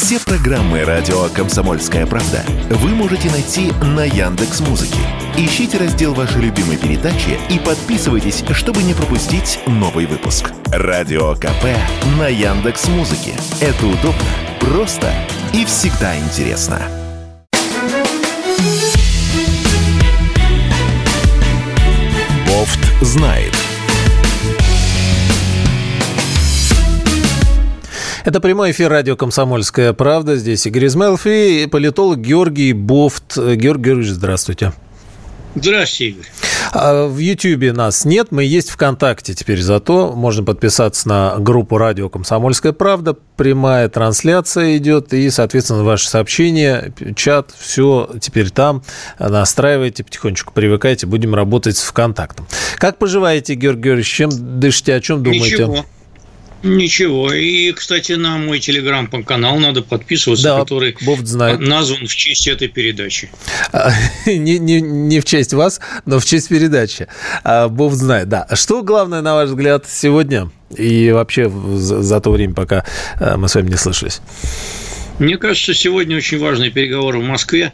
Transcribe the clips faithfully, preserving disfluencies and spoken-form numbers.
Все программы радио «Комсомольская правда» вы можете найти на Яндекс.Музыке. Ищите раздел вашей любимой передачи и подписывайтесь, чтобы не пропустить новый выпуск. Радио КП на Яндекс.Музыке. Это удобно, просто и всегда интересно. Бофт знает. Это прямой эфир радио «Комсомольская правда». Здесь Игорь Измайлов и политолог Георгий Бофт. Георгий Георгиевич, здравствуйте. Здравствуйте, Игорь. В Ютьюбе нас нет, мы есть ВКонтакте теперь, зато можно подписаться на группу радио «Комсомольская правда». Прямая трансляция идет, и, соответственно, ваши сообщения, чат, все теперь там. Настраивайте, потихонечку привыкайте, будем работать с ВКонтактом. Как поживаете, Георгий Георгиевич? Чем дышите, о чем думаете? Ничего. Ничего. И, кстати, на мой телеграм-канал надо подписываться, да, который назван в честь этой передачи. Не, не, не в честь вас, но в честь передачи. Бог знает, да. Что главное, на ваш взгляд, сегодня и вообще за, за то время, пока мы с вами не слышались? Мне кажется, сегодня очень важные переговоры в Москве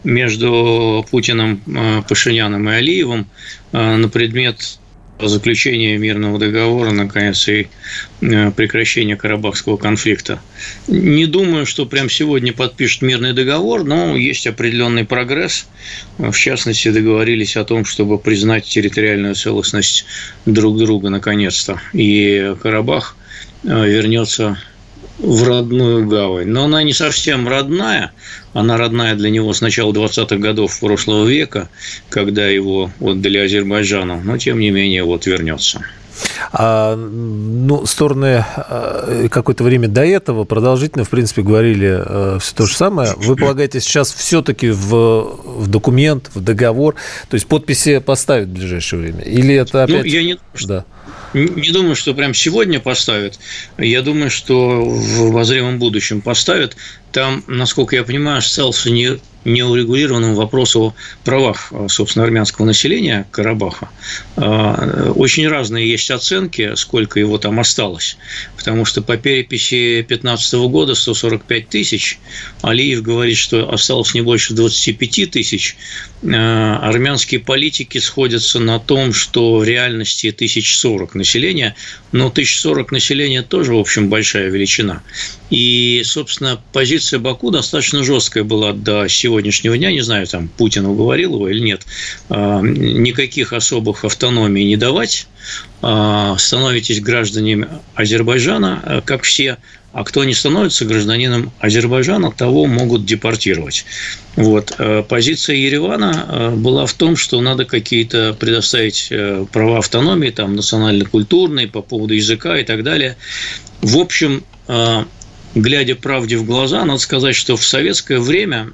между Путиным, Пашиняном и Алиевым на предмет заключения мирного договора, наконец, и прекращения Карабахского конфликта. Не думаю, что прямо сегодня подпишут мирный договор, но есть определенный прогресс. В частности, договорились о том, чтобы признать территориальную целостность друг друга, наконец-то. И Карабах вернется в родную гавань. Но она не совсем родная. Она родная для него с начала двадцатых годов прошлого века, когда его отдали Азербайджану. Но, тем не менее, вот вернется. А, ну, стороны какое-то время до этого продолжительно, в принципе, говорили э, все то же самое. Вы полагаете, сейчас все-таки в, в документ, в договор, то есть подписи поставят в ближайшее время? Или это опять... Ну, я не... Да. Не думаю, что прям сегодня поставят. Я думаю, что в обозримом будущем поставят. Там, насколько я понимаю, остался не, неурегулированным вопрос о правах, собственно, армянского населения Карабаха. Очень разные есть оценки, сколько его там осталось. Потому что по переписи две тысячи пятнадцатого года сто сорок пять тысяч. Алиев говорит, что осталось не больше двадцать пять тысяч. Армянские политики сходятся на том, что в реальности тысяча сорок населения. Но тысяча сорок населения тоже, в общем, большая величина. И, собственно, позиция Баку достаточно жесткая была до сегодняшнего дня. Не знаю, там Путин уговорил его или нет. Никаких особых автономий не давать. Становитесь гражданами Азербайджана, как все. А кто не становится гражданином Азербайджана, того могут депортировать. Вот. Позиция Еревана была в том, что надо какие-то предоставить права автономии, там, национально-культурные, по поводу языка и так далее. В общем, глядя правде в глаза, надо сказать, что в советское время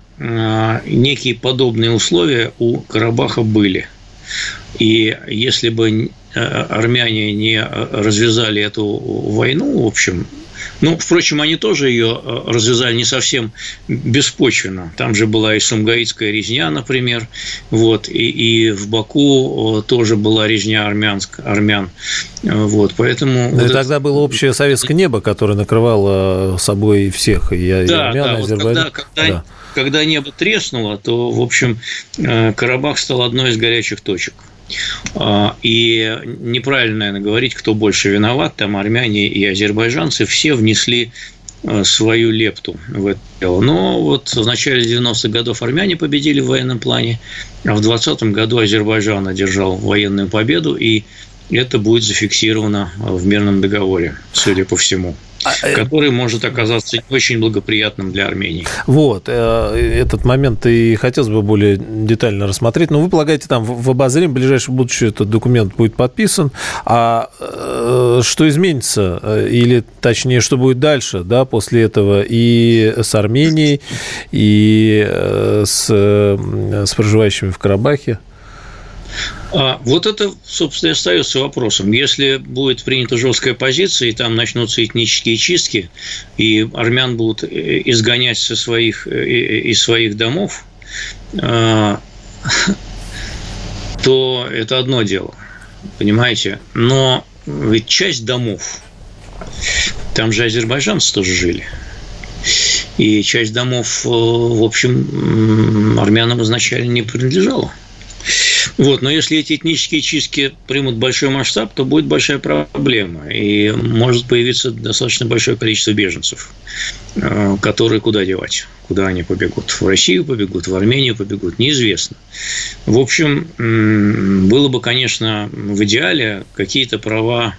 некие подобные условия у Карабаха были. И если бы армяне не развязали эту войну, в общем... Ну, впрочем, они тоже ее развязали не совсем беспочвенно. Там же была и сумгаитская резня, например, вот, и, и в Баку тоже была резня армянск, армян. Вот, поэтому... Да, вот и тогда это... было общее советское небо, которое накрывало собой всех, и, да, и армян, да, и Азербайджан. Вот когда, когда, да. когда небо треснуло, то, в общем, Карабах стал одной из горячих точек. И неправильно, наверное, говорить, кто больше виноват, там армяне и азербайджанцы, все внесли свою лепту в это дело. Но вот в начале девяностых годов армяне победили в военном плане, а в двадцатом году Азербайджан одержал военную победу, и это будет зафиксировано в мирном договоре, судя по всему, который может оказаться очень благоприятным для Армении. Вот, этот момент и хотелось бы более детально рассмотреть. Но вы полагаете, там в обозримом ближайшем будущем этот документ будет подписан, а что изменится, или точнее, что будет дальше, да, после этого и с Арменией, и с, с проживающими в Карабахе? А вот это, собственно, и остается вопросом. Если будет принята жесткая позиция, и там начнутся этнические чистки, и армян будут изгонять со своих, из своих домов, то это одно дело, понимаете? Но ведь часть домов, там же азербайджанцы тоже жили. И часть домов, в общем, армянам изначально не принадлежала. Вот, но если эти этнические чистки примут большой масштаб, то будет большая проблема, и может появиться достаточно большое количество беженцев, которые куда девать, куда они побегут, в Россию побегут, в Армению побегут, неизвестно. В общем, было бы, конечно, в идеале какие-то права,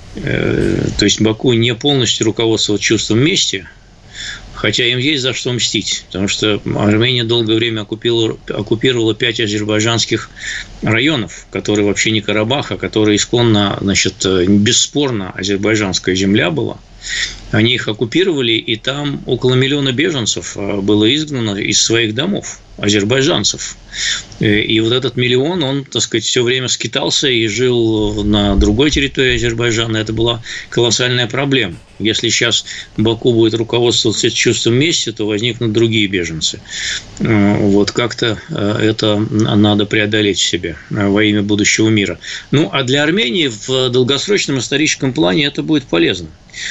то есть Баку не полностью руководствовать чувством мести, хотя им есть за что мстить, потому что Армения долгое время оккупировала, оккупировала пять азербайджанских районов, которые вообще не Карабах, а которые исконно, значит, бесспорно азербайджанская земля была. Они их оккупировали, и там около миллиона беженцев было изгнано из своих домов, азербайджанцев. И вот этот миллион, он, так сказать, все время скитался и жил на другой территории Азербайджана. Это была колоссальная проблема. Если сейчас Баку будет руководствоваться чувством мести, то возникнут другие беженцы. Вот как-то это надо преодолеть в себе во имя будущего мира. Ну, а для Армении в долгосрочном историческом плане это будет полезно.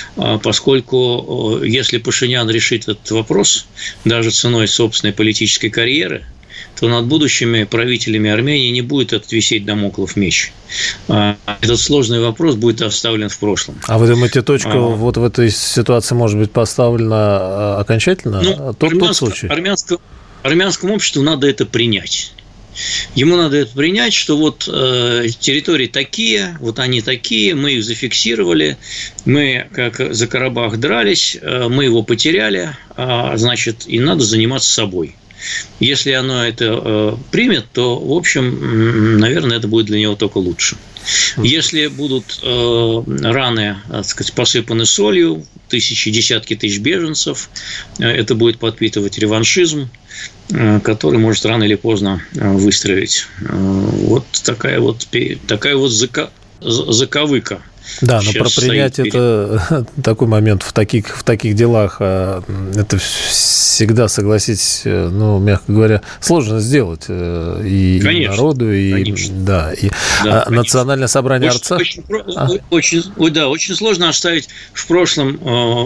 Поскольку если Пашинян решит этот вопрос, даже ценой собственной политической карьеры, то над будущими правителями Армении не будет этот висеть дамоклов меч. Этот сложный вопрос будет оставлен в прошлом. А вы думаете, точка а, вот в этой ситуации может быть поставлена окончательно? Ну, тот, армянск, тот случай? Армянскому, армянскому обществу надо это принять. Ему надо это принять, что вот э, территории такие, вот они такие, мы их зафиксировали, мы как за Карабах дрались, э, мы его потеряли, э, значит, и надо заниматься собой. Если оно это э, примет, то, в общем, наверное, это будет для него только лучше. Если будут э, раны, так сказать, посыпаны солью, тысячи, десятки тысяч беженцев, э, это будет подпитывать реваншизм, э, который может рано или поздно э, выстрелить. Э, вот такая вот, такая вот зака, заковыка. Да, но про принять это такой момент в таких, в таких делах, это всегда, согласитесь, ну, мягко говоря, сложно сделать и, и народу, и, конечно. Да, и да, Национальное собрание очень, Арцах. Очень, а? очень, да, очень сложно оставить в прошлом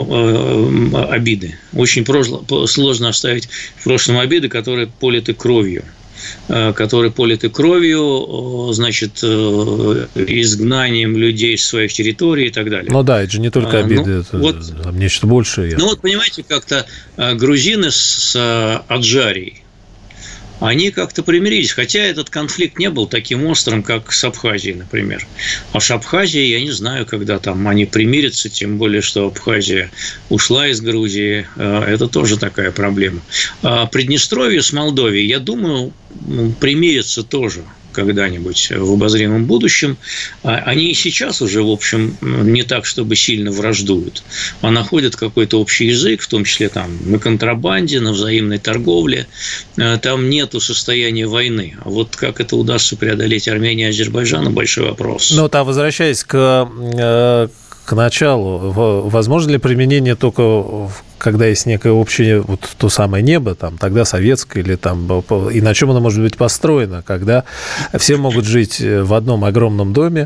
обиды. Очень сложно оставить в прошлом обиды, которые политы кровью. которые политы кровью, значит, изгнанием людей с своих территорий и так далее. Ну да, это же не только обиды, ну, это вот, там нечто большее. Ну вот, понимаете, как-то грузины с Аджарией, они как-то примирились, хотя этот конфликт не был таким острым, как с Абхазией, например. А с Абхазией я не знаю, когда там они примирятся, тем более, что Абхазия ушла из Грузии. Это тоже такая проблема. А Приднестровье с Молдовией, я думаю, примирятся тоже когда-нибудь в обозримом будущем. Они и сейчас уже, в общем, не так, чтобы сильно враждуют, а находят какой-то общий язык, в том числе там на контрабанде, на взаимной торговле. Там нету состояния войны. А вот как это удастся преодолеть Армении и Азербайджану, большой вопрос. Ну, там, возвращаясь к, к началу, возможно ли применение только когда есть некое общее, вот то самое небо, там, тогда советское, или там, и на чем оно может быть построено, когда все могут жить в одном огромном доме,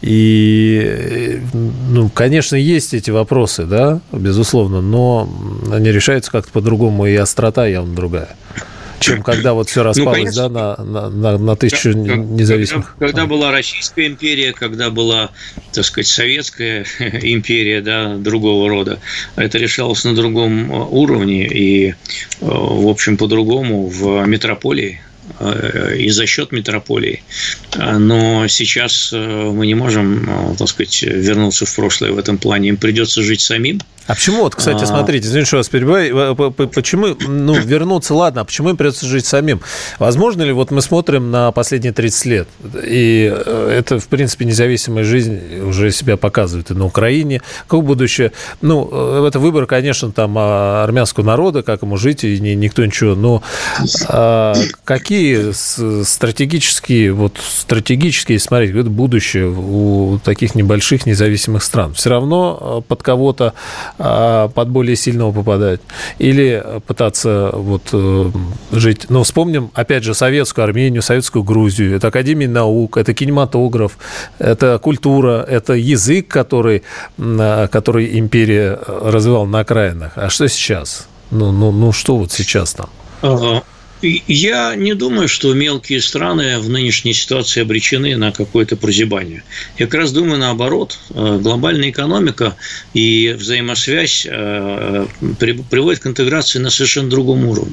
и, ну, конечно, есть эти вопросы, да, безусловно, но они решаются как-то по-другому, и острота явно другая, чем когда вот все распалось, ну, да, на, на, на тысячу как, независимых. Когда, когда была Российская империя, когда была, так сказать, Советская империя, да, другого рода, это решалось на другом уровне и, в общем, по-другому в метрополии и за счет метрополии. Но сейчас мы не можем, так сказать, вернуться в прошлое в этом плане. Им придется жить самим. А почему, вот, кстати, смотрите, извините, что вас перебиваю, почему, ну, вернуться, ладно, а почему им придется жить самим? Возможно ли, вот мы смотрим на последние тридцать лет, и это, в принципе, независимая жизнь уже себя показывает и на Украине, как будущее, ну, это выбор, конечно, там, армянского народа, как ему жить, и никто ничего, но а, какие стратегические, вот, стратегические, смотрите, это будущее у таких небольших независимых стран? Все равно под кого-то под более сильного попадать, или пытаться вот жить. Но вспомним, опять же, советскую Армению, советскую Грузию. Это Академия наук, это кинематограф, это культура, это язык, который, который империя развивала на окраинах. А что сейчас? Ну, ну, ну что вот сейчас там? Я не думаю, что мелкие страны в нынешней ситуации обречены на какое-то прозябание. Я как раз думаю наоборот. Глобальная экономика и взаимосвязь приводит к интеграции на совершенно другом уровне.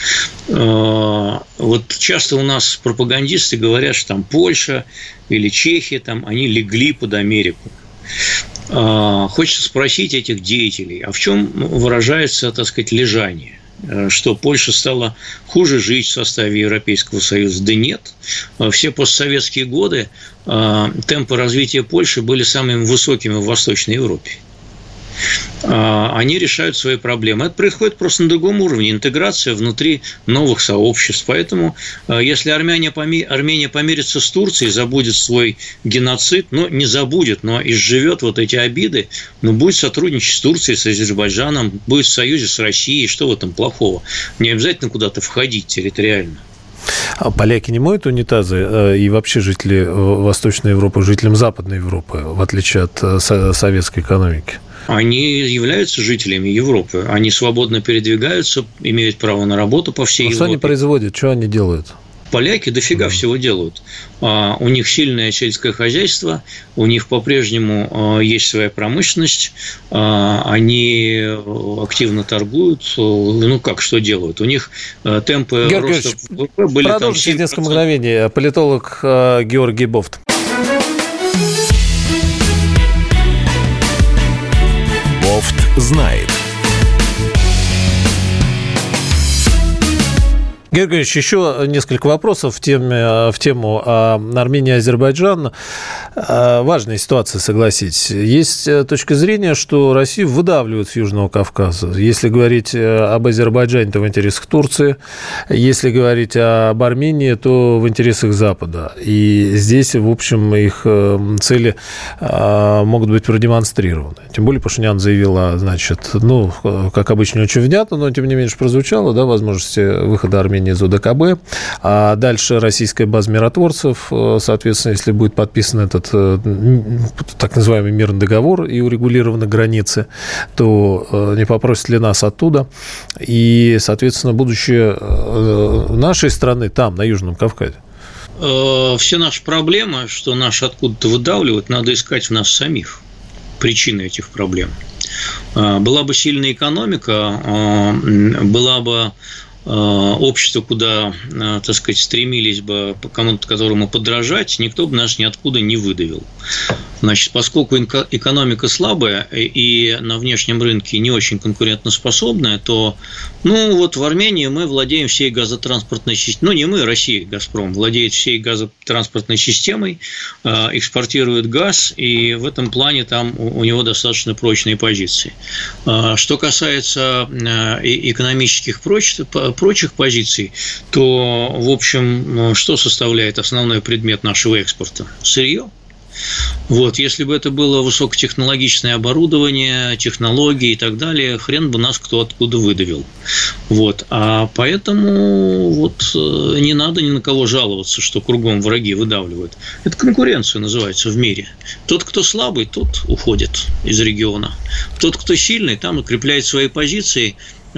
Вот часто у нас пропагандисты говорят, что там Польша или Чехия, там, они легли под Америку. Хочется спросить этих деятелей, а в чем выражается, так сказать, лежание? Что Польша стала хуже жить в составе Европейского Союза? Да нет. Все постсоветские годы темпы развития Польши были самыми высокими в Восточной Европе. Они решают свои проблемы. Это происходит просто на другом уровне, интеграция внутри новых сообществ. Поэтому, если Армения, Армения помирится с Турцией, забудет свой геноцид, ну, не забудет, но изживет вот эти обиды, но будет сотрудничать с Турцией, с Азербайджаном, будет в союзе с Россией, что в этом плохого? Не обязательно куда-то входить территориально. А поляки не моют унитазы и вообще жители Восточной Европы, жителям Западной Европы, в отличие от советской экономики? Они являются жителями Европы. Они свободно передвигаются, имеют право на работу по всей а Европе. Что они производят? Что они делают? Поляки дофига mm. всего делают. У них сильное сельское хозяйство, у них по-прежнему есть своя промышленность, они активно торгуют. Ну как, что делают? У них темпы Георгий роста ВВП были там продолжите через несколько мгновений. Политолог Георгий Бофт. Бофт знает. Георгий Георгиевич, еще несколько вопросов в, теме, в тему Армении и Азербайджана. Важная ситуация, согласитесь. Есть точка зрения, что Россию выдавливают с Южного Кавказа. Если говорить об Азербайджане, то в интересах Турции. Если говорить об Армении, то в интересах Запада. И здесь, в общем, их цели могут быть продемонстрированы. Тем более Пашинян заявила, значит, ну, как обычно, очень внятно, но тем не менее прозвучало, да, возможности выхода Армении из ОДКБ, а дальше российская база миротворцев, соответственно, если будет подписан этот так называемый мирный договор и урегулированы границы, то не попросят ли нас оттуда, и, соответственно, будущее нашей страны там, на Южном Кавказе. Все наши проблемы, что нас откуда-то выдавливают, надо искать в нас самих, причины этих проблем. Была бы сильная экономика, была бы общество, куда, так сказать, стремились бы кому-то, которому подражать, никто бы нас ниоткуда не выдавил. Значит, поскольку экономика слабая и на внешнем рынке не очень конкурентоспособная, то, ну, вот в Армении мы владеем всей газотранспортной системой, ну, не мы, Россия, Газпром, владеет всей газотранспортной системой, экспортирует газ, и в этом плане там у него достаточно прочные позиции. Что касается экономических прочих позиций, то, в общем, что составляет основной предмет нашего экспорта? Сырье. Вот, если бы это было высокотехнологичное оборудование, технологии и так далее, хрен бы нас кто откуда выдавил. Вот, а поэтому вот не надо ни на кого жаловаться, что кругом враги выдавливают. Это конкуренция называется в мире. Тот, кто слабый, тот уходит из региона. Тот, кто сильный, там укрепляет свои позиции,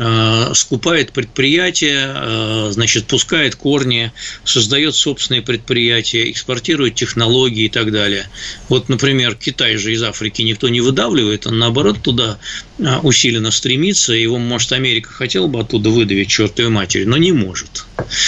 скупает предприятия, значит, пускает корни, создает собственные предприятия, экспортирует технологии и так далее. Вот, например, Китай же из Африки никто не выдавливает, он, наоборот, туда усиленно стремится, его, может, Америка хотела бы оттуда выдавить чертовой матери, но не может.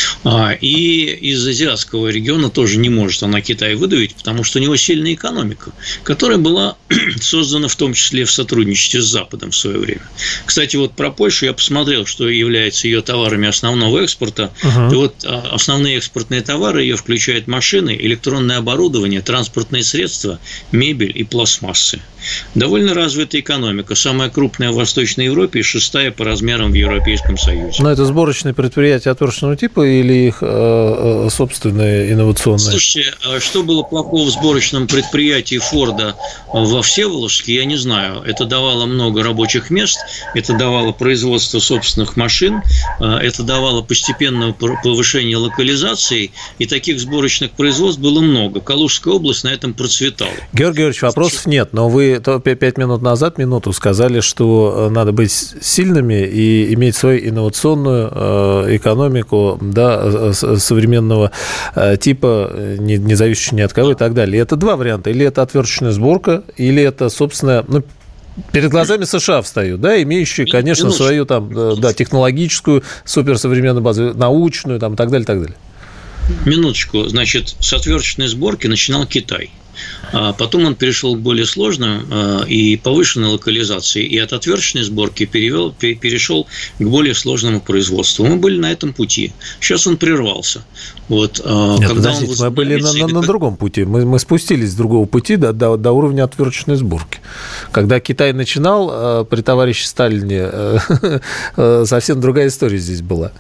И из азиатского региона тоже не может она Китай выдавить, потому что у него сильная экономика, которая была создана в том числе в сотрудничестве с Западом в свое время. Кстати, вот про Польшу я посмотрел, что является ее товарами основного экспорта. Uh-huh. И вот основные экспортные товары ее включают машины, электронное оборудование, транспортные средства, мебель и пластмассы. Довольно развитая экономика, самая крупная в Восточной Европе и шестая по размерам в Европейском Союзе. Но это сборочные предприятия отверженного типа или их э, собственные инновационные? Слушайте, что было плохого в сборочном предприятии Форда во Всеволожске, я не знаю. Это давало много рабочих мест, это давало производство собственных машин, это давало постепенное повышение локализации, и таких сборочных производств было много. Калужская область на этом процветала. Георгий Георгиевич, вопросов нет, но вы пять минут назад, минуту, сказали, что что надо быть сильными и иметь свою инновационную экономику, да, современного типа, не, не зависящую ни от кого и так далее. И это два варианта. Или это отверточная сборка, или это, собственно, ну, перед глазами США встают, да, имеющие, конечно, Минуточку. свою там, да, технологическую, суперсовременную базу, научную там, и так далее, и так далее. Минуточку. Значит, с отверточной сборки начинал Китай. А потом он перешел к более сложным и повышенной локализации, и от отверточной сборки перевел, перешел к более сложному производству. Мы были на этом пути. Сейчас он прервался. Вот, Нет, когда он мы были на, на, на другом пути. Мы, мы спустились с другого пути до, до, до уровня отверточной сборки. Когда Китай начинал, при товарище Сталине совсем другая история здесь была.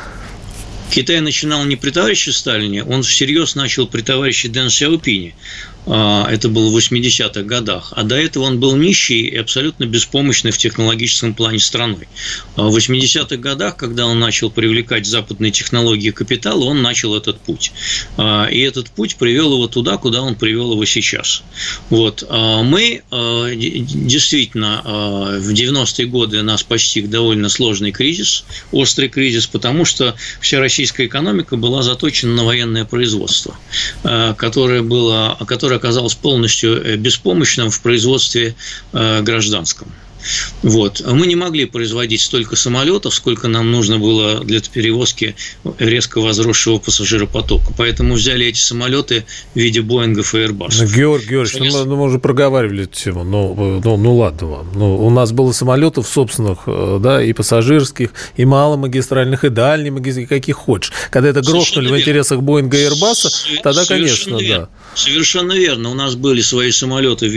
Китай начинал не при товарище Сталине, он всерьез начал при товарище Дэн Сяопине. Это было в восьмидесятых годах. А до этого он был нищий и абсолютно беспомощный в технологическом плане страной. В восьмидесятых годах, когда он начал привлекать западные технологии и капитал, он начал этот путь. И этот путь привел его туда, куда он привел его сейчас. Вот. Мы действительно в девяностые годы нас постиг довольно сложный кризис, острый кризис, потому что вся российская экономика была заточена на военное производство, которое было, которое оказалось полностью беспомощным в производстве гражданском. Вот. Мы не могли производить столько самолетов, сколько нам нужно было для перевозки резко возросшего пассажиропотока. Поэтому взяли эти самолеты в виде Боингов и Airbus'ов. Ну, Георгий Георгиевич, Конечно... ну, мы, мы уже проговаривали эту тему. Ну, ну, ну ладно вам. Ну, у нас было самолетов собственных, да, и пассажирских, и маломагистральных, и дальнемагистральных, каких хочешь. Когда это грохнули в интересах Боинга и Airbus'а, С- тогда, конечно, верно. да. Совершенно верно. У нас были свои самолеты в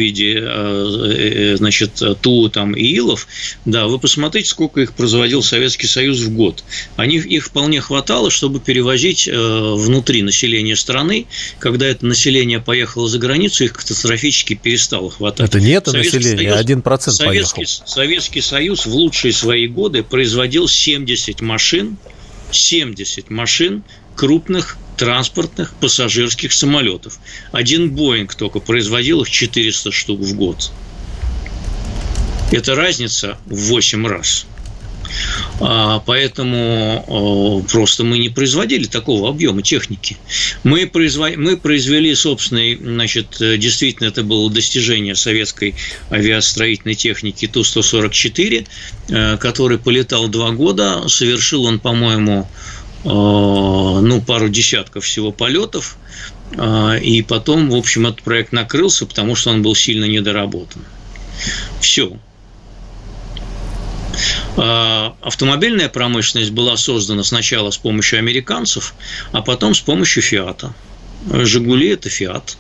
виде, значит, Ту там, и Илов. Да, вы посмотрите, сколько их производил Советский Союз в год. Они, их вполне хватало, чтобы перевозить внутри населения страны. Когда это население поехало за границу, их катастрофически перестало хватать. Это не это Советский население, Союз, один процент Советский, поехал. Советский Союз в лучшие свои годы производил семьдесят машин, семьдесят машин крупных транспортных пассажирских самолетов. Один Боинг только производил их четыреста штук в год. Это разница в восемь раз. Поэтому просто мы не производили такого объема техники. Мы, производ... мы произвели собственный, значит, действительно, это было достижение советской авиастроительной техники Ту сто сорок четыре, который полетал два года. Совершил он, по-моему, ну, пару десятков всего полетов. И потом, в общем, этот проект накрылся, потому что он был сильно недоработан. Все. Автомобильная промышленность была создана сначала с помощью американцев, а потом с помощью «Фиата». «Жигули» – это «Фиат».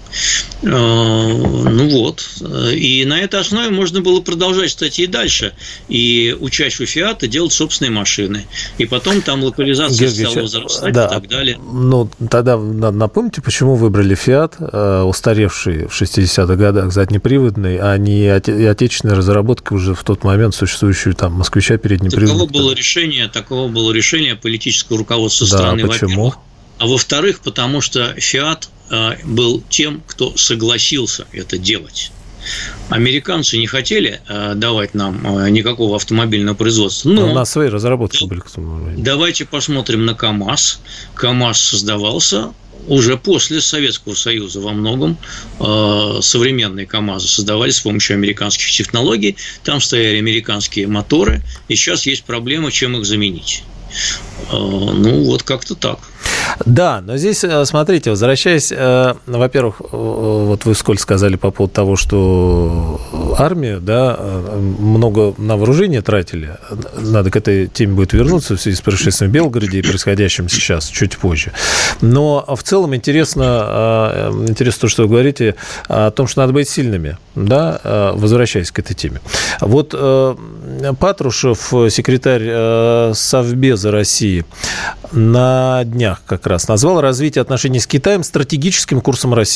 Ну вот. И на этой основе можно было продолжать, кстати, и дальше. И учась у «Фиата» делать собственные машины. И потом там локализация Георгий, стала возрастать, да, и так далее. Ну, тогда напомните, почему выбрали «Фиат», устаревший в шестидесятых годах, заднеприводный, а не отечественная разработка уже в тот момент существующую там «Москвича» переднеприводный. Таково было решение, таково было решение политического руководства страны. Да, почему? А во-вторых, потому что «Фиат» был тем, кто согласился это делать. Американцы не хотели давать нам никакого автомобильного производства. Но, но у нас свои разработки да, были. Давайте посмотрим на КАМАЗ. КАМАЗ создавался уже после Советского Союза во многом. Современные КАМАЗы создавались с помощью американских технологий. Там стояли американские моторы. И сейчас есть проблема, чем их заменить. Ну, вот как-то так. Да, но здесь, смотрите, возвращаясь, во-первых, вот вы сколько сказали по поводу того, что армию, да, много на вооружение тратили. Надо к этой теме будет вернуться в связи с происшествием в Белгороде и происходящим сейчас, чуть позже. Но в целом интересно, интересно то, что вы говорите о том, что надо быть сильными, да, возвращаясь к этой теме. Вот Патрушев, секретарь Совбеза России, на днях как раз назвал развитие отношений с Китаем стратегическим курсом России.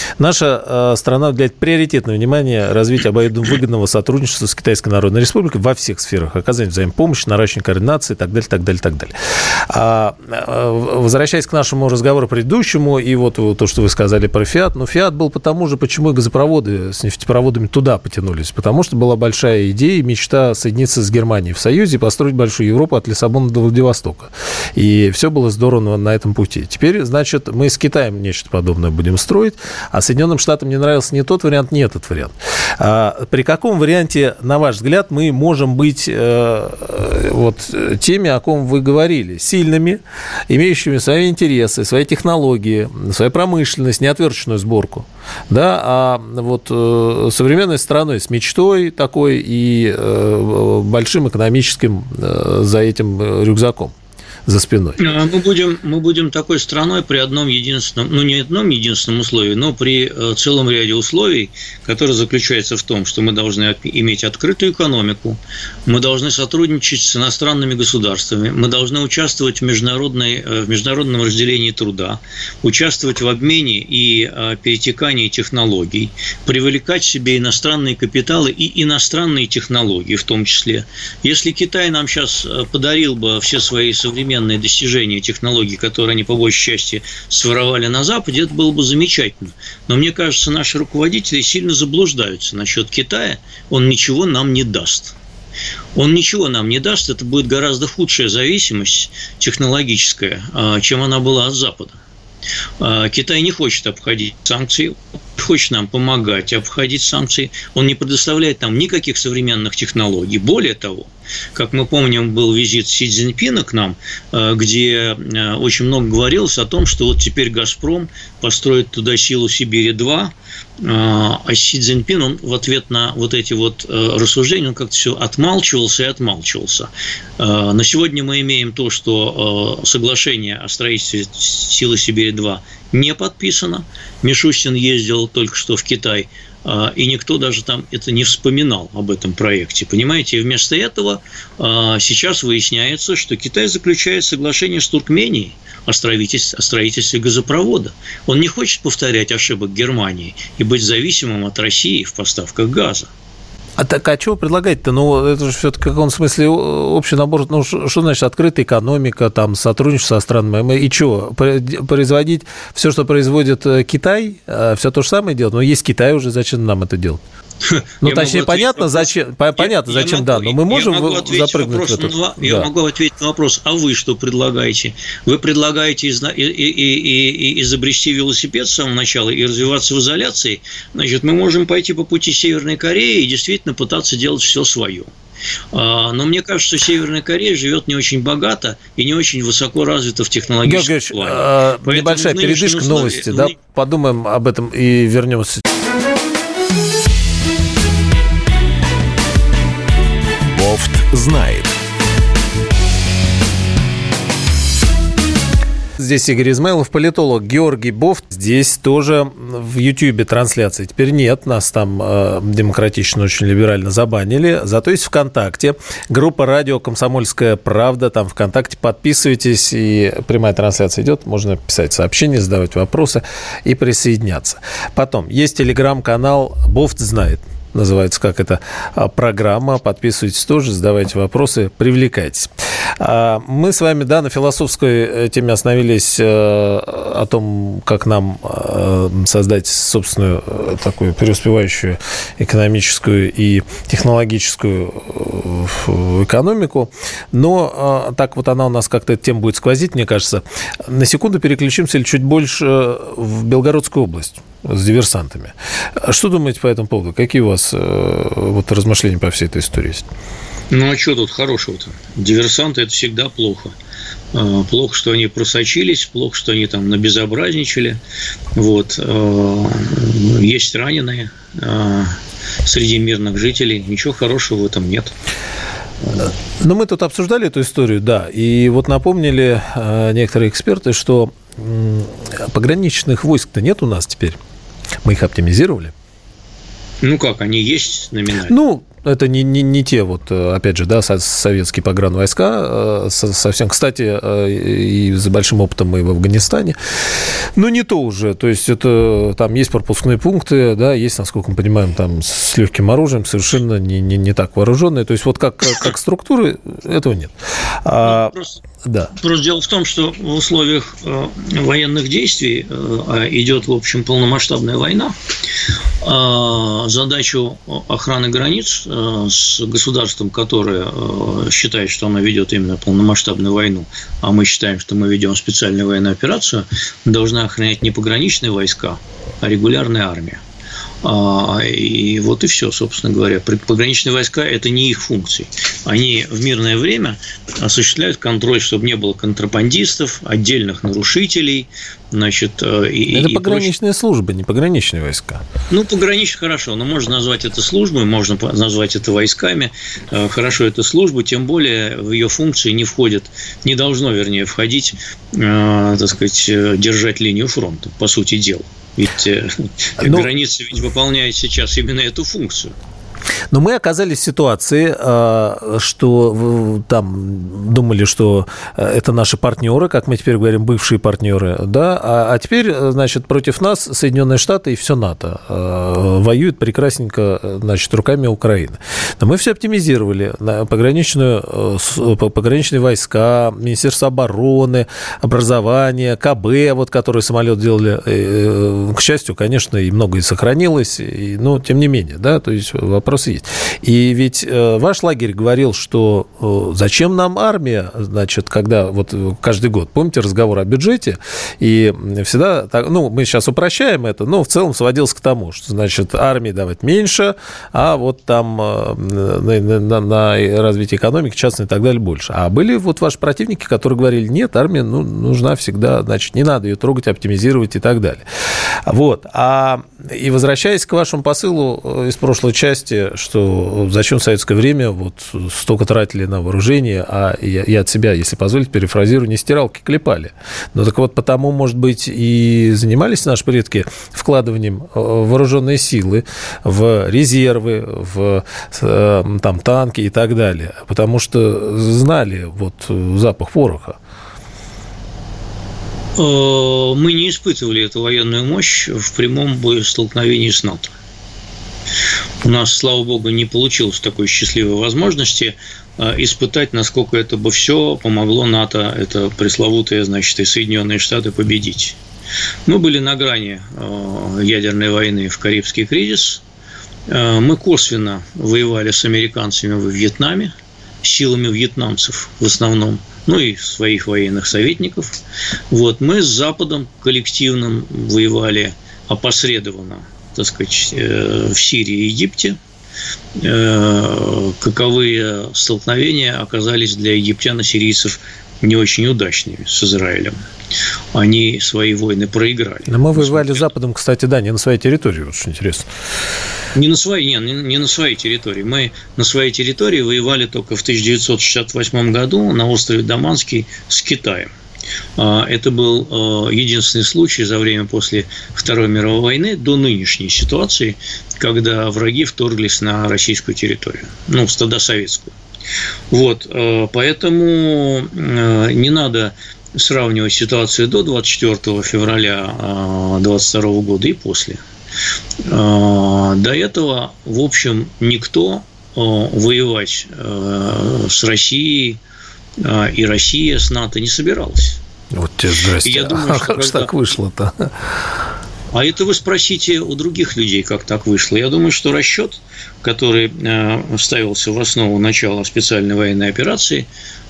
Наша страна уделяет приоритетное внимание развитию обоюдно-выгодного сотрудничества с Китайской Народной Республикой во всех сферах. Оказание взаимопомощи, наращивание координации и так далее, так далее, так далее. А, возвращаясь к нашему разговору предыдущему, и вот то, что вы сказали про «Фиат». Ну, «Фиат» был потому же, почему и газопроводы с нефтепроводами туда потянулись. Потому что была большая идея и мечта соединиться с Германией в союзе и построить большую Европу от Лиссабона до Владивостока. И все было здорово на этом пути. Теперь, значит, мы с Китаем нечто подобное будем строить, а Соединенным Штатам не нравился не тот вариант, не этот вариант. А при каком варианте, на ваш взгляд, мы можем быть э, вот теми, о ком вы говорили, сильными, имеющими свои интересы, свои технологии, свою промышленность, неотверточную сборку, да, а вот э, современной страной с мечтой такой и э, большим экономическим э, за этим рюкзаком за спиной? Мы будем, мы будем такой страной при одном единственном, ну, не одном единственном условии, но при целом ряде условий, которые заключаются в том, что мы должны иметь открытую экономику, мы должны сотрудничать с иностранными государствами, мы должны участвовать в, международной, в международном разделении труда, участвовать в обмене и перетекании технологий, привлекать к себе иностранные капиталы и иностранные технологии в том числе. Если Китай нам сейчас подарил бы все свои современные достижения технологий, которые они по большей части своровали на Западе, это было бы замечательно. Но мне кажется, наши руководители сильно заблуждаются насчет Китая. Он ничего нам не даст. Он ничего нам не даст. Это будет гораздо худшая зависимость технологическая, чем она была от Запада. Китай не хочет обходить санкции, хочет нам помогать обходить санкции. Он не предоставляет нам никаких современных технологий. Более того, как мы помним, был визит Си Цзиньпина к нам, где очень много говорилось о том, что вот теперь «Газпром» построит туда силу Сибири-два, а Си Цзиньпин, он в ответ на вот эти вот рассуждения, он как-то все отмалчивался и отмалчивался. На сегодня мы имеем то, что соглашение о строительстве силы Сибири-два не подписано. Мишустин ездил только что в Китай, и никто даже там это не вспоминал об этом проекте, понимаете? И вместо этого сейчас выясняется, что Китай заключает соглашение с Туркменией о строительстве, о строительстве газопровода. Он не хочет повторять ошибок Германии и быть зависимым от России в поставках газа. А так, а чего предлагать-то? Ну, это же все-таки в каком смысле общий набор. Ну, что значит открытая экономика, там, сотрудничество со странами? И что, производить все, что производит Китай, все то же самое делать? Ну, есть Китай уже, зачем нам это делать? Ну, я точнее, понятно, вопрос, зачем, я, понятно, зачем, я да, могу, но мы можем запрыгнуть в это. На, я да. могу ответить на вопрос, а вы что предлагаете? Вы предлагаете изна, и, и, и, и изобрести велосипед с самого начала и развиваться в изоляции? Значит, мы можем пойти по пути Северной Кореи и действительно пытаться делать все свое. Но мне кажется, что Северная Корея живет не очень богато и не очень высоко развита в технологическом Георгий плане. А, небольшая передышка, условия, новости, да? Подумаем об этом и вернемся. Бофт знает. Здесь Игорь Измайлов, политолог. Георгий Бофт. Здесь тоже в Ютьюбе трансляции теперь нет. Нас там э, демократично, очень либерально забанили. Зато есть ВКонтакте. Группа «Радио Комсомольская правда». Там ВКонтакте. Подписывайтесь. И прямая трансляция идет. Можно писать сообщения, задавать вопросы и присоединяться. Потом есть телеграм-канал «Бофт знает». Называется как это программа. Подписывайтесь тоже, задавайте вопросы, привлекайтесь. Мы с вами, да, на философской теме остановились о том, как нам создать собственную такую преуспевающую экономическую и технологическую экономику. Но так вот она у нас как-то эта тема будет сквозить, мне кажется. На секунду переключимся или чуть больше в Белгородскую область с диверсантами. Что думаете по этому поводу? Какие у вас вот размышления по всей этой истории есть? Ну, а что тут хорошего-то? Диверсанты – это всегда плохо. Плохо, что они просочились, плохо, что они там набезобразничали. Вот. Есть раненые среди мирных жителей. Ничего хорошего в этом нет. Но мы тут обсуждали эту историю, да. И вот напомнили некоторые эксперты, что пограничных войск-то нет у нас теперь. Мы их оптимизировали. Ну как, они есть номинально? Ну, это не, не, не те вот, опять же, да, советские погранвойска совсем. Кстати, и с большим опытом мы в Афганистане. Но не то уже. То есть это там есть пропускные пункты, да, есть, насколько мы понимаем, там с легким оружием, совершенно не, не, не так вооруженные. То есть вот как, как структуры этого нет. А, ну, просто, да. просто дело в том, что в условиях э, военных действий э, идет, в общем, полномасштабная война. Э, задачу охраны границ с государством, которое считает, что оно ведет именно полномасштабную войну, а мы считаем, что мы ведем специальную военную операцию, должна охранять не пограничные войска, а регулярная армия. И вот и все, собственно говоря. Пограничные войска – это не их функции. Они в мирное время осуществляют контроль, чтобы не было контрабандистов, отдельных нарушителей. Значит, и, это и пограничная прочее. Служба, не пограничные войска. Ну, пограничные хорошо, но можно назвать это службой, можно назвать это войсками. Хорошо, это служба, тем более в ее функции не входит, не должно, вернее, входить, так сказать, держать линию фронта, по сути дела. Ведь ну, граница ведь выполняет сейчас именно эту функцию. Но мы оказались в ситуации, что там думали, что это наши партнеры, как мы теперь говорим, бывшие партнеры, да, а теперь, значит, против нас Соединенные Штаты и все НАТО воюют прекрасненько, значит, руками Украины. Но мы все оптимизировали. Пограничную, пограничные войска, Министерство обороны, образование, КБ, вот, который самолет делали, к счастью, конечно, и многое сохранилось, и, но тем не менее, да, то есть вопрос есть. И ведь э, ваш лагерь говорил, что э, зачем нам армия, значит, когда вот каждый год, помните разговор о бюджете, и всегда, так, ну, мы сейчас упрощаем это, но в целом сводился к тому, что, значит, армии давать меньше, а вот там э, на, на, на развитие экономики частной и так далее больше. А были вот ваши противники, которые говорили, нет, армия ну, нужна всегда, значит, не надо ее трогать, оптимизировать и так далее. Вот. А, и возвращаясь к вашему посылу из прошлой части, что зачем в советское время вот столько тратили на вооружение, а я, я от себя, если позволите, перефразирую, не стиралки клепали. Ну так вот потому, может быть, и занимались наши предки вкладыванием в вооруженные силы, в резервы, в там, танки и так далее, потому что знали вот запах пороха. Мы не испытывали эту военную мощь в прямом боестолкновении с НАТО. У нас, слава богу, не получилось такой счастливой возможности испытать, насколько это бы все помогло НАТО, это пресловутые, значит, и Соединенные Штаты, победить. Мы были на грани ядерной войны в Карибский кризис. Мы косвенно воевали с американцами во Вьетнаме, силами вьетнамцев в основном, ну и своих военных советников. Вот. Мы с Западом коллективным воевали опосредованно, так сказать, в Сирии и Египте. Каковые столкновения оказались для египтян и сирийцев не очень удачными с Израилем. Они свои войны проиграли. Но мы воевали с Западом, кстати, да, не на своей территории, очень интересно. Не на своей, не, не на своей территории. Мы на своей территории воевали только в тысяча девятьсот шестьдесят восьмом году на острове Даманский с Китаем. Это был единственный случай за время после Второй мировой войны до нынешней ситуации, когда враги вторглись на российскую территорию, ну, тогда советскую. Вот, поэтому не надо сравнивать ситуацию до двадцать четвёртого февраля двадцать второго года и после. До этого, в общем, никто воевать с Россией и Россия с НАТО не собиралась. Вот тебе здрасте. Я думаю, а как когда... же так вышло-то? А это вы спросите у других людей, как так вышло. Я думаю, что расчет, который ставился в основу начала специальной военной операции,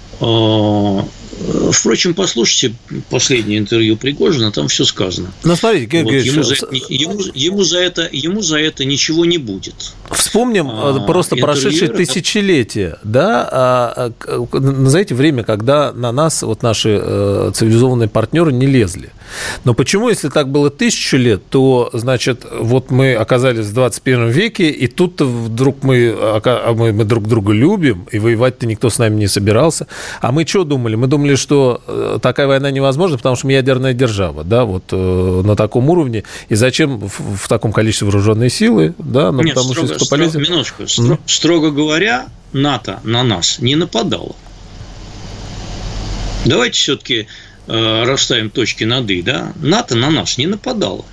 впрочем, послушайте последнее интервью Пригожина, там все сказано. Ну, смотрите, вот, ему, за, ему, ему, за это, ему за это ничего не будет. Вспомним а, просто прошедшие тысячелетия, да, а, а, назовите время, когда на нас вот наши э, цивилизованные партнеры не лезли. Но почему, если так было тысячу лет, то, значит, вот мы оказались в двадцать первом веке, и тут вдруг мы, мы, мы друг друга любим, и воевать-то никто с нами не собирался. А мы что думали? Мы думали, думали, что такая война невозможна, потому что мы ядерная держава, да, вот на таком уровне. И зачем в, в таком количестве вооруженные силы, да, ну, Нет, потому строго, что строго, полезен. минуточку. Стро, mm. Строго говоря, НАТО на нас не нападало. Давайте все-таки э, расставим точки над «и», да? НАТО на нас не нападало.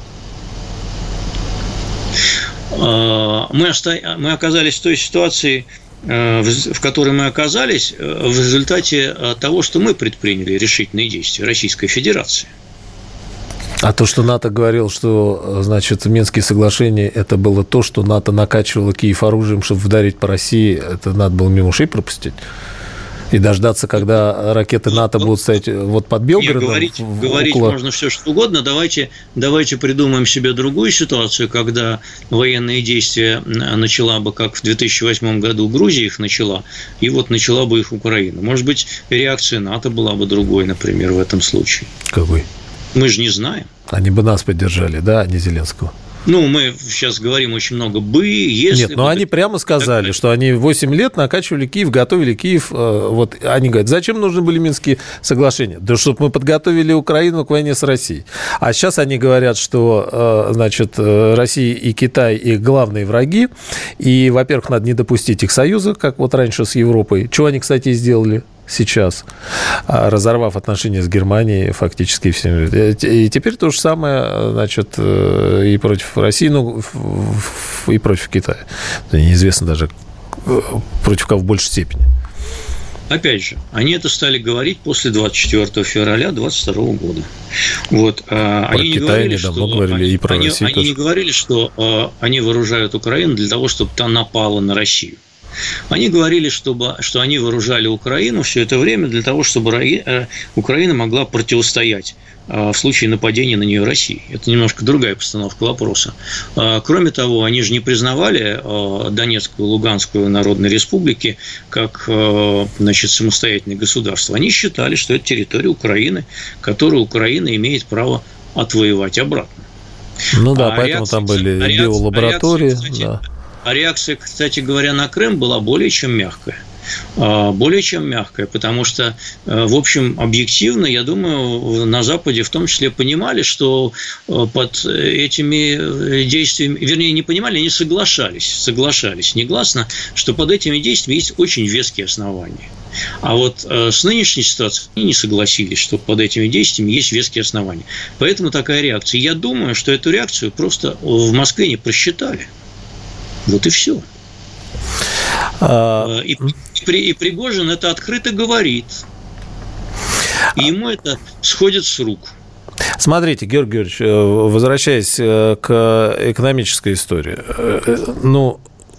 Э, мы, оста... мы оказались в той ситуации, э, в, в которой мы оказались э, в результате того, что мы предприняли решительные действия Российской Федерации. А то, что НАТО говорил, что, значит, Минские соглашения, это было то, что НАТО накачивало Киев оружием, чтобы вдарить по России, это надо было мимо ушей пропустить? И дождаться, когда ракеты НАТО будут стоять вот под Белгородом? Нет, говорить, в, говорить около... можно все, что угодно. Давайте, давайте придумаем себе другую ситуацию, когда военные действия начала бы, как в две тысячи восьмом году Грузия их начала, и вот начала бы их Украина. Может быть, реакция НАТО была бы другой, например, в этом случае. Какой? Мы же не знаем. Они бы нас поддержали, да, а не Зеленского? Ну, мы сейчас говорим очень много «бы», «если». Нет, но они прямо сказали, так... что они восемь лет накачивали Киев, готовили Киев. Вот они говорят, зачем нужны были Минские соглашения? Да чтобы мы подготовили Украину к войне с Россией. А сейчас они говорят, что, значит, Россия и Китай их главные враги. И, во-первых, надо не допустить их союза, как вот раньше с Европой. Чего они, кстати, и сделали сейчас, разорвав отношения с Германией фактически всем. И теперь то же самое, значит, и против России, ну, и против Китая. Неизвестно даже, против кого в большей степени. Опять же, они это стали говорить после двадцать четвёртого февраля двадцать второго года. Вот. Про они не Китай говорили, что говорили, они, и про они, Россию они тоже. не говорили, что э, они вооружают Украину для того, чтобы та напала на Россию. Они говорили, чтобы, что они вооружали Украину все это время для того, чтобы Украина могла противостоять в случае нападения на нее России. Это немножко другая постановка вопроса. Кроме того, они же не признавали Донецкую и Луганскую народные республики как, значит, самостоятельные государства. Они считали, что это территория Украины, которую Украина имеет право отвоевать обратно. Ну да, а поэтому реакция, там были а реакция, биолаборатории. А реакция, кстати, да. А реакция, кстати говоря, на Крым была более чем мягкая. Более чем мягкая, потому что, в общем, объективно, я думаю, на Западе в том числе понимали, что под этими действиями, вернее, не понимали, они соглашались, соглашались негласно, что под этими действиями есть очень веские основания. А вот с нынешней ситуацией они не согласились, что под этими действиями есть веские основания. Поэтому такая реакция. Я думаю, что эту реакцию просто в Москве не просчитали. Вот и все. А... И, и Пригожин это открыто говорит. И ему это сходит с рук. Смотрите, Георгий Георгиевич, возвращаясь к экономической истории, ну,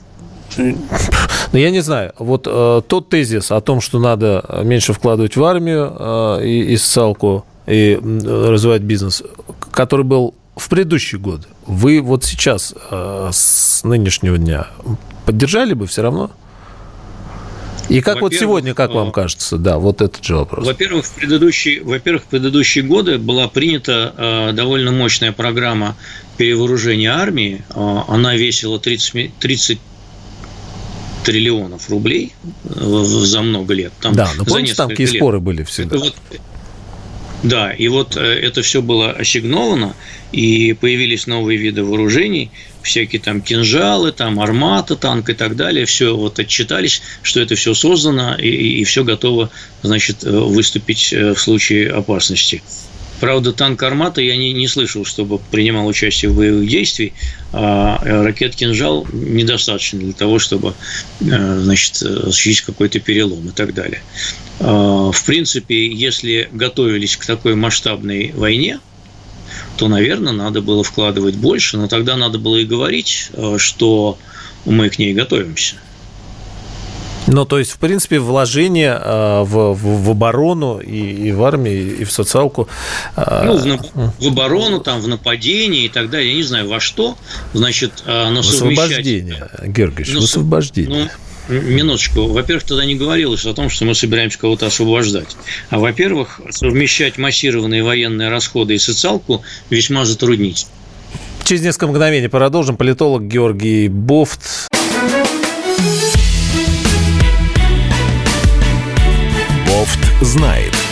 ну, я не знаю, вот тот тезис о том, что надо меньше вкладывать в армию и, и социалку, и развивать бизнес, который был в предыдущие годы, вы вот сейчас, с нынешнего дня, поддержали бы все равно? И как во-первых, вот сегодня, как вам кажется, да, вот этот же вопрос. Во-первых, в предыдущие, во-первых, в предыдущие годы была принята э, довольно мощная программа перевооружения армии. Э, она весила тридцать, тридцать триллионов рублей э, за много лет. Там, да, но помните, там какие споры были всегда. Вот, да, и вот это все было ассигновано, и появились новые виды вооружений, всякие там кинжалы, там армата, танк и так далее, все вот отчитались, что это все создано и, и все готово, значит, выступить в случае опасности. Правда, танк «Армата» я не, не слышал, чтобы принимал участие в боевых действиях, а ракет «Кинжал» недостаточно для того, чтобы, значит, осуществить какой-то перелом и так далее. В принципе, если готовились к такой масштабной войне, то, наверное, надо было вкладывать больше, но тогда надо было и говорить, что мы к ней готовимся. Ну, то есть, в принципе, вложение в, в, в оборону и, и в армию, и в социалку. Ну, в, в оборону, там, в нападение и так далее, я не знаю, во что, значит, но в освобождение, Георгиевич, в освобождение. Ну, минуточку. Во-первых, тогда не говорилось о том, что мы собираемся кого-то освобождать. А во-первых, совмещать массированные военные расходы и социалку весьма затруднительно. Через несколько мгновений продолжим. Политолог Георгий Бофт. Бофт знает.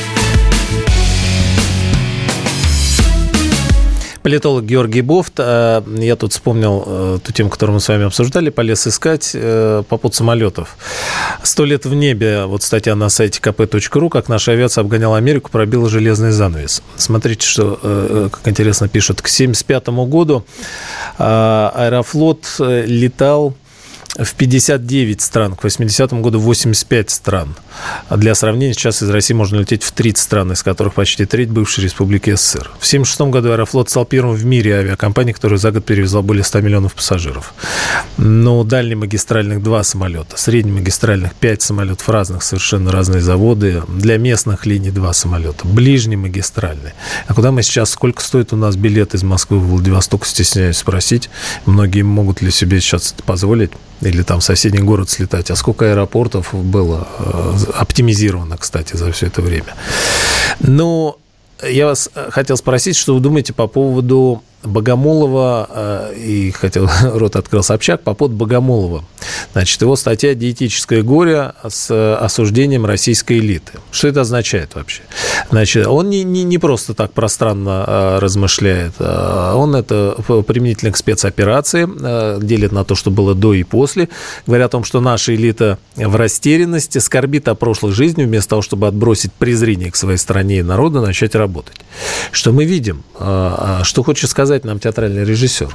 Политолог Георгий Бофт. Я тут вспомнил ту тему, которую мы с вами обсуждали, полез искать по поводу самолетов. «Сто лет в небе», вот статья на сайте ка пэ точка ру, как наша авиация обгоняла Америку, пробила железный занавес. Смотрите, что, как интересно пишут. К семьдесят пятому году Аэрофлот летал в пятьдесят девять стран, к восьмидесятому году восемьдесят пять стран. Для сравнения, сейчас из России можно лететь в тридцать стран, из которых почти треть бывшей республики эс эс эс эр. В семьдесят шестом году Аэрофлот стал первым в мире авиакомпанией, которая за год перевезла более ста миллионов пассажиров. Но дальнемагистральных два самолета, среднемагистральных пять самолетов, разных, совершенно разные заводы. Для местных линий два самолета, ближнемагистральные. А куда мы сейчас, сколько стоит у нас билет из Москвы в Владивосток, стесняюсь спросить. Многие могут ли себе сейчас это позволить? Или там в соседний город слетать. А сколько аэропортов было оптимизировано, кстати, за все это время. Но я вас хотел спросить, что вы думаете по поводу Богомолова, и хотел, рот открыл Собчак, по поводу Богомолова. Значит, его статья «Диетическое горе» с осуждением российской элиты. Что это означает вообще? Значит, он не, не, не просто так пространно размышляет, он это применительно к спецоперации, делит на то, что было до и после, говоря о том, что наша элита в растерянности, скорбит о прошлой жизни, вместо того, чтобы отбросить презрение к своей стране и народу, начать работать. Что мы видим? Что хочет сказать нам театральный режиссер?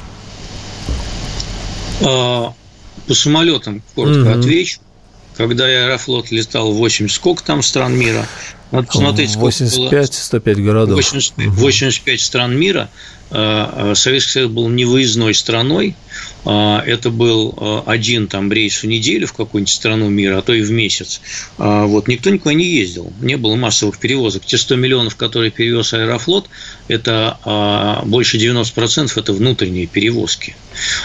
По самолетам коротко mm-hmm. отвечу. Когда Аэрофлот летал в восемьдесят сколько там стран мира, надо посмотреть, сколько восемьдесят пять сто пять городов. восемьдесят пять, восемьдесят пять стран мира. Советский Союз был невыездной страной. Это был один там рейс в неделю в какую-нибудь страну мира, а то и в месяц. Вот. Никто никуда не ездил, не было массовых перевозок. Те сто миллионов, которые перевез Аэрофлот, это больше девяносто процентов это внутренние перевозки.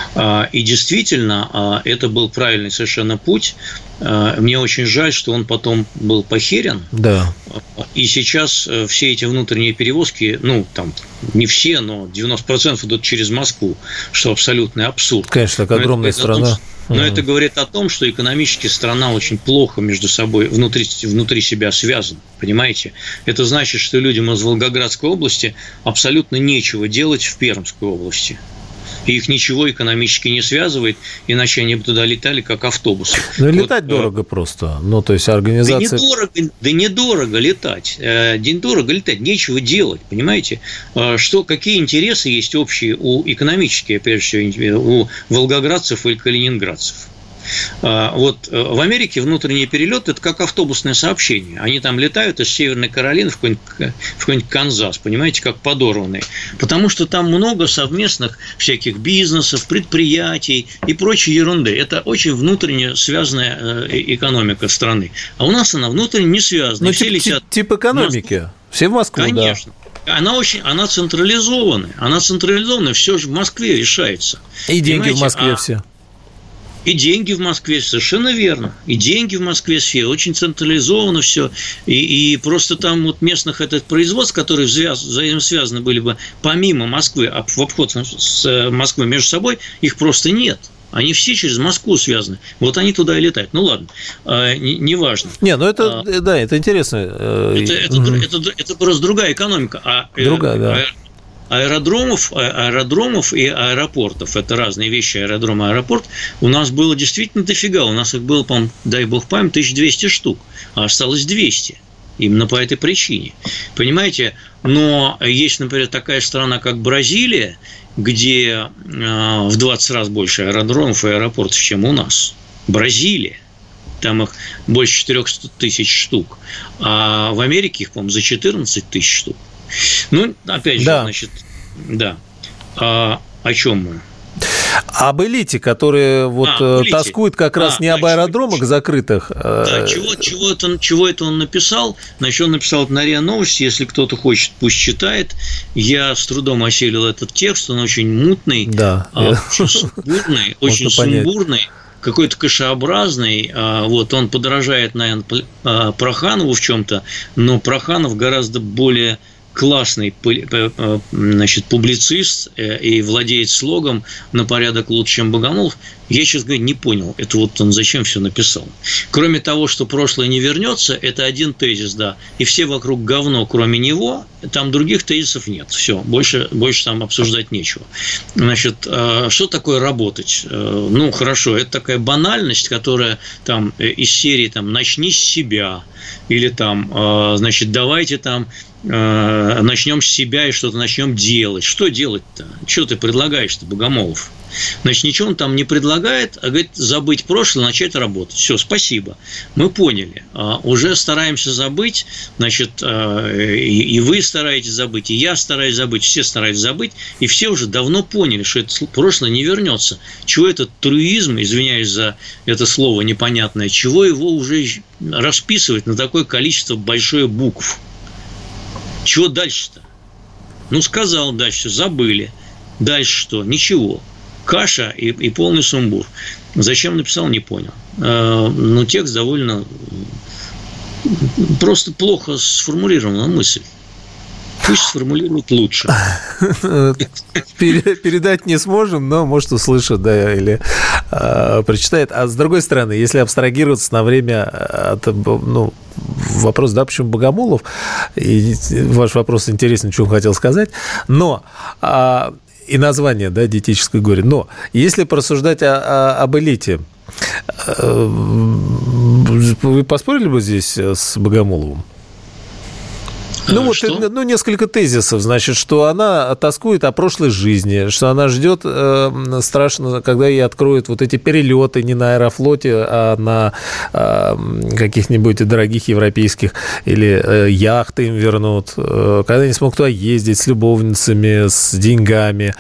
И действительно, это был правильный совершенно путь. Мне очень жаль, что он потом был похерен. Да. И сейчас все эти внутренние перевозки, ну, там, не все, но девяносто процентов идут через Москву, что абсолютный абсурд. Конечно, как огромная страна. Том, но mm-hmm. это говорит о том, что экономически страна очень плохо между собой, внутри, внутри себя связана, понимаете? Это значит, что людям из Волгоградской области абсолютно нечего делать в Пермской области. И их ничего экономически не связывает, иначе они бы туда летали, как автобусы. Ну, и вот, летать дорого просто. Ну, то есть, организация... Да недорого, да недорого летать. Недорого летать, нечего делать, понимаете? Что, какие интересы есть общие у экономические, прежде всего, у волгоградцев или калининградцев? Вот в Америке внутренний перелет – это как автобусное сообщение. Они там летают из Северной Каролины в какой-нибудь, в какой-нибудь Канзас, понимаете, как подорванные. Потому что там много совместных всяких бизнесов, предприятий и прочей ерунды. Это очень внутренне связанная экономика страны. А у нас она внутренне не связана. Ну, тип, летят... тип экономики. Все в Москву, конечно. Да. Она очень, она централизованная. Она централизованная, все же в Москве решается. И деньги понимаете? В Москве а... все. И деньги в Москве, совершенно верно. И деньги в Москве все, очень централизовано все. И, и просто там вот местных этот производств, которые взаимосвязаны были бы помимо Москвы, а в обход с Москвой между собой, их просто нет. Они все через Москву связаны. Вот они туда и летают. Ну ладно, неважно. Не, ну это, а, да, это интересно. Это, это, угу. это, это, это просто другая экономика. А, другая, да. Аэродромов, аэродромов и аэропортов – это разные вещи, аэродром и аэропорт. У нас было действительно дофига. У нас их было, по-моему, дай бог память, тысяча двести штук, а осталось двести. Именно по этой причине. Понимаете? Но есть, например, такая страна, как Бразилия, где в двадцать раз больше аэродромов и аэропортов, чем у нас. Бразилия. Там их больше четыреста тысяч штук. А в Америке их, по-моему, за четырнадцать тысяч штук. Ну, опять же, да. значит, да. А, о чем мы? Об элите, которые вот а, тоскуют как раз а, не об аэродромах чего, закрытых. Да, чего, чего, это, чего это он написал? Значит, он написал это на РИА Новости. Если кто-то хочет, пусть читает. Я с трудом осилил этот текст. Он очень мутный, да, а, очень сумбурный, очень сумбурный. Какой-то кашеобразный, вот, он подражает, наверное, Проханову в чем-то, но Проханов гораздо более классный, значит, публицист и владеет слогом на порядок лучше, чем Богомолов. Я, честно говоря, не понял, это вот он зачем все написал. Кроме того, что прошлое не вернется, это один тезис, да, и все вокруг говно, кроме него, там других тезисов нет. Все, больше, больше там обсуждать нечего. Значит, что такое работать? Ну, хорошо, это такая банальность, которая там из серии там «начни с себя», или там, значит, давайте там начнем с себя и что-то начнем делать. Что делать-то? Что ты предлагаешь-то, Богомолов? Значит, ничего он там не предлагает, а говорит, забыть прошлое, начать работать. Все, спасибо. Мы поняли. Уже стараемся забыть, значит, и вы стараетесь забыть, и я стараюсь забыть, все стараются забыть, и все уже давно поняли, что это прошлое не вернется. Чего этот труизм, извиняюсь за это слово непонятное, чего его уже расписывать на такое количество большое букв? Чего дальше-то? Ну, сказал дальше, забыли. Дальше что? Ничего. Каша и, и полный сумбур. Зачем написал, не понял. Но текст довольно просто плохо сформулирована мысль. Пусть сформулируют лучше. Передать не сможем, но, может, услышат, да, или э, прочитает. А с другой стороны, если абстрагироваться на время от, ну, вопрос, да, почему Богомолов, и ваш вопрос интересен, что он хотел сказать, но э, и название, да, «Диетическое горе», но если порассуждать о, о, об элите, э, вы поспорили бы здесь с Богомоловым? Ну, вот, ну, несколько тезисов, значит, что она тоскует о прошлой жизни, что она ждет э, страшно, когда ей откроют вот эти перелеты не на Аэрофлоте, а на э, каких-нибудь дорогих европейских, или э, яхты им вернут, э, когда они смогут туда ездить с любовницами, с деньгами,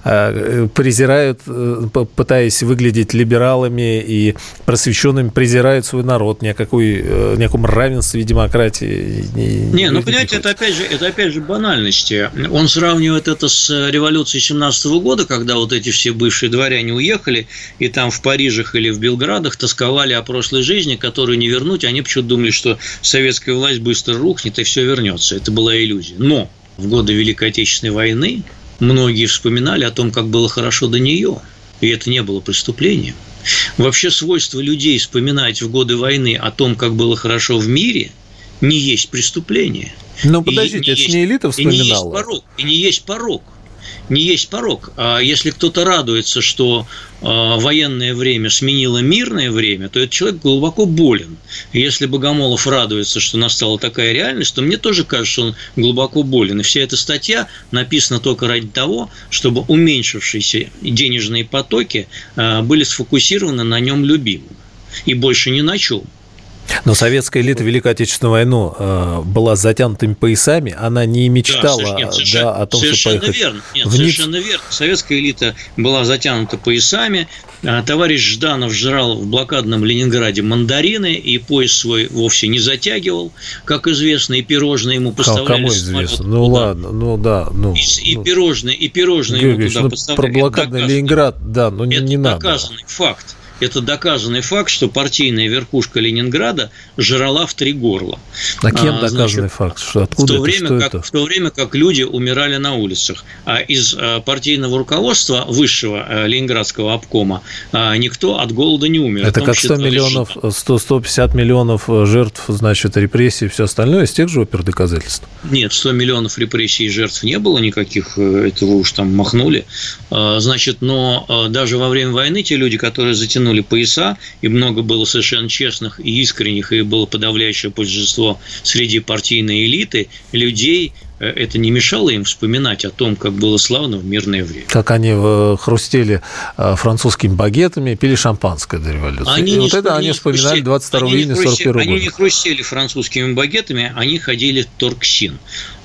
э, презирают, э, пытаясь выглядеть либералами и просвещенными, презирают свой народ, ни о, какой, э, ни о каком равенстве и демократии. Не, ну, понимаете, это опять же, это опять же банальности. Он сравнивает это с революцией семнадцатого года, когда вот эти все бывшие дворяне уехали, и там в Парижах или в Белградах тосковали о прошлой жизни, которую не вернуть. Они почему-то думали, что советская власть быстро рухнет, и все вернется. Это была иллюзия. Но в годы Великой Отечественной войны многие вспоминали о том, как было хорошо до нее, и это не было преступлением. Вообще свойство людей вспоминать в годы войны о том, как было хорошо в мире, не есть преступление. Ну, подождите, это же не элита вспоминала. И не есть порок. И не есть порок. Не есть порок. А если кто-то радуется, что э, военное время сменило мирное время, то этот человек глубоко болен. И если Богомолов радуется, что настала такая реальность, то мне тоже кажется, что он глубоко болен. И вся эта статья написана только ради того, чтобы уменьшившиеся денежные потоки э, были сфокусированы на нем любимом. И больше ни на чем. Но советская элита в Великую Отечественную войну э, была затянутыми поясами, она не мечтала, да, нет, совершенно, да, о том, совершенно что поехать верно. Нет, в совершенно Ниц... верно. Советская элита была затянута поясами. Товарищ Жданов жрал в блокадном Ленинграде мандарины, и пояс свой вовсе не затягивал, как известно, и пирожные ему поставляли. Кому известно? Ну, туда. Ладно, ну да. Ну, и, и ну, пирожные, и пирожные Георгий, ему туда ну, поставляли. Про блокадный это Ленинград, да, но не, не надо. Это доказанный факт. Это доказанный факт, что партийная верхушка Ленинграда жрала в три горла. А кем доказанный а, значит, факт? Что, откуда в, то это, время, что как, это? в то время как люди умирали на улицах. А из партийного руководства высшего ленинградского обкома никто от голода не умер. Это как сто миллионов, сто, сто пятьдесят миллионов жертв, значит, репрессий и все остальное из тех же опер доказательств? Нет, сто миллионов репрессий и жертв не было никаких, этого уж там махнули. Значит, но даже во время войны те люди, которые затянули пояса, и много было совершенно честных и искренних, и было подавляющее большинство среди партийной элиты людей, это не мешало им вспоминать о том, как было славно в мирное время. Как они хрустели французскими багетами, пили шампанское до революции. Они и не, вот это не они вспоминали двадцать второго июня сорок первого года. Они не хрустели французскими багетами, они ходили в Торксин,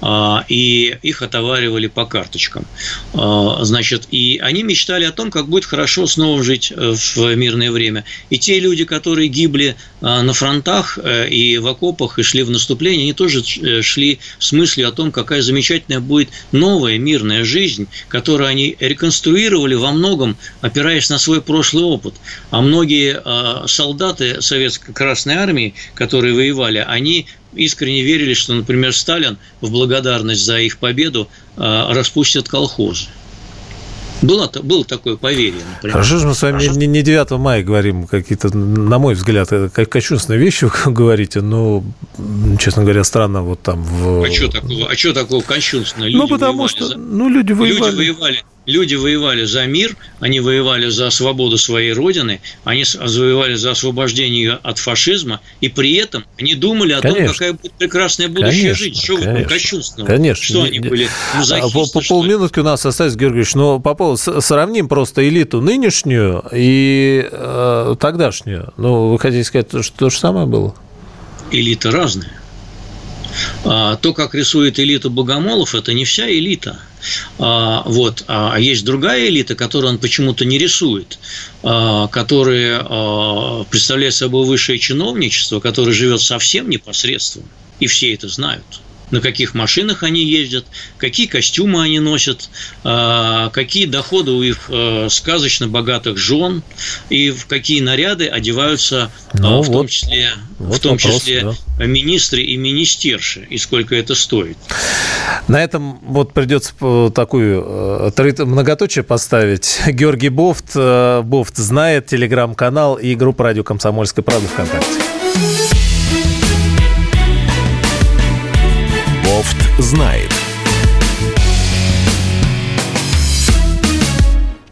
и их отоваривали по карточкам. Значит, и они мечтали о том, как будет хорошо снова жить в мирное время. И те люди, которые гибли на фронтах и в окопах, и шли в наступление, они тоже шли с мыслью о том, какая замечательная будет новая мирная жизнь, которую они реконструировали во многом, опираясь на свой прошлый опыт. А многие солдаты Советской Красной Армии, которые воевали, они искренне верили, что, например, Сталин в благодарность за их победу распустит колхозы. Было, было такое поверье, например. Хорошо, что мы с вами не, не девятого мая говорим какие-то, на мой взгляд, кощунственные вещи вы говорите, но, честно говоря, странно вот там в... А что такого, а что такого кощунственного? Люди ну, потому что, за... ну, люди воевали. Люди воевали. Люди воевали за мир, они воевали за свободу своей родины, они воевали за освобождение от фашизма, и при этом они думали о конечно. том, какая будет прекрасная будущая конечно, жизнь. Что конечно. в этом кощунственного? Конечно. Что они были? По, по полминутки у нас остается, Георгий Георгиевич, но по поводу, сравним просто элиту нынешнюю и э, тогдашнюю. Ну, вы хотите сказать, что то же самое было? Элита разная. А, то, как рисует элиту Богомолов, это не вся элита. А, вот. А есть другая элита, которую он почему-то не рисует, а, которая а, представляет собой высшее чиновничество, которое живет совсем непосредственно, и все это знают. На каких машинах они ездят, какие костюмы они носят, какие доходы у их сказочно богатых жен и в какие наряды одеваются, ну, в том вот, числе, вот в том вопрос, числе да. министры и министерши, и сколько это стоит. На этом вот придется такую многоточие поставить. Георгий Бофт, Бофт знает, телеграм-канал и группа «Радио Комсомольская правда» ВКонтакте. Бофт знает.